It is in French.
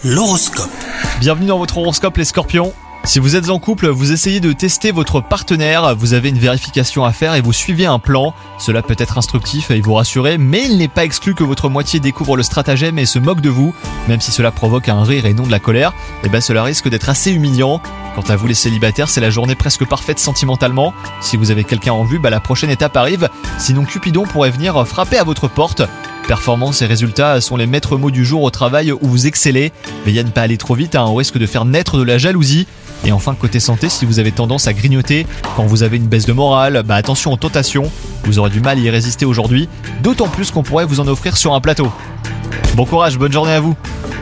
L'horoscope. Bienvenue dans votre horoscope les scorpions. Si vous êtes en couple, vous essayez de tester votre partenaire, vous avez une vérification à faire et vous suivez un plan. Cela peut être instructif et vous rassurer, mais il n'est pas exclu que votre moitié découvre le stratagème et se moque de vous. Même si cela provoque un rire et non de la colère, cela risque d'être assez humiliant. Quant à vous les célibataires, c'est la journée presque parfaite sentimentalement. Si vous avez quelqu'un en vue, la prochaine étape arrive. Sinon Cupidon pourrait venir frapper à votre porte. Performance et résultats sont les maîtres mots du jour au travail où vous excellez. Veillez à ne pas aller trop vite, au risque de faire naître de la jalousie. Et enfin côté santé, si vous avez tendance à grignoter quand vous avez une baisse de morale, attention aux tentations. Vous aurez du mal à y résister aujourd'hui, d'autant plus qu'on pourrait vous en offrir sur un plateau. Bon courage, bonne journée à vous.